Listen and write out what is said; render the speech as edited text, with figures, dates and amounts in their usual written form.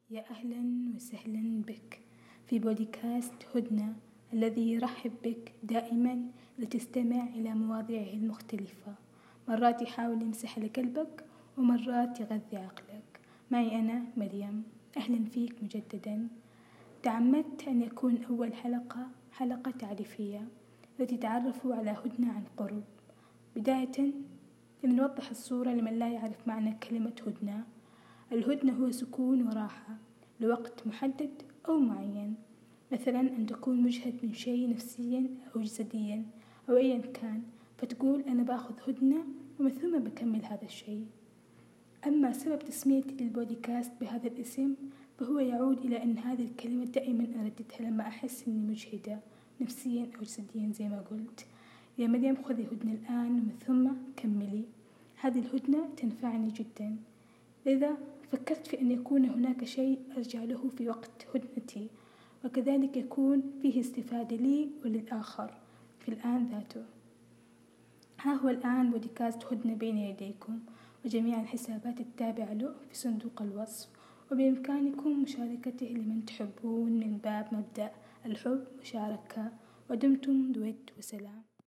يا أهلا وسهلا بك في بودكاست هدنة الذي يرحب بك دائما لتستمع إلى مواضيعه المختلفة. مرات يحاول يمسح لك قلبك ومرات يغذي عقلك. معي أنا مريم، أهلا فيك مجددا. تعمدت أن يكون أول حلقة تعريفية لتتعرفوا على هدنة عن قرب. بداية لنوضح الصورة لمن لا يعرف معنى كلمة هدنة. الهدنة هو سكون وراحة لوقت محدد أو معين، مثلا أن تكون مجهد من شيء نفسيا أو جسديا أو أيا كان، فتقول أنا باخذ هدنة ومن ثم بكمل هذا الشيء. أما سبب تسميتي للبودكاست بهذا الاسم فهو يعود إلى أن هذه الكلمة دائما أرددها لما أحس أني مجهدة نفسيا أو جسديا زي ما قلت. يا مريم خذي هدنة الآن ومن ثم كملي. هذه الهدنة تنفعني جدا، لذا فكرت في أن يكون هناك شيء أرجع له في وقت هدنتي، وكذلك يكون فيه استفادة لي وللآخر في الآن ذاته. ها هو الآن بودكاست هدنة بين يديكم، وجميع الحسابات التابعة له في صندوق الوصف، وبإمكانكم مشاركته لمن تحبون من باب مبدأ الحب مشاركة. ودمتم بود وسلام.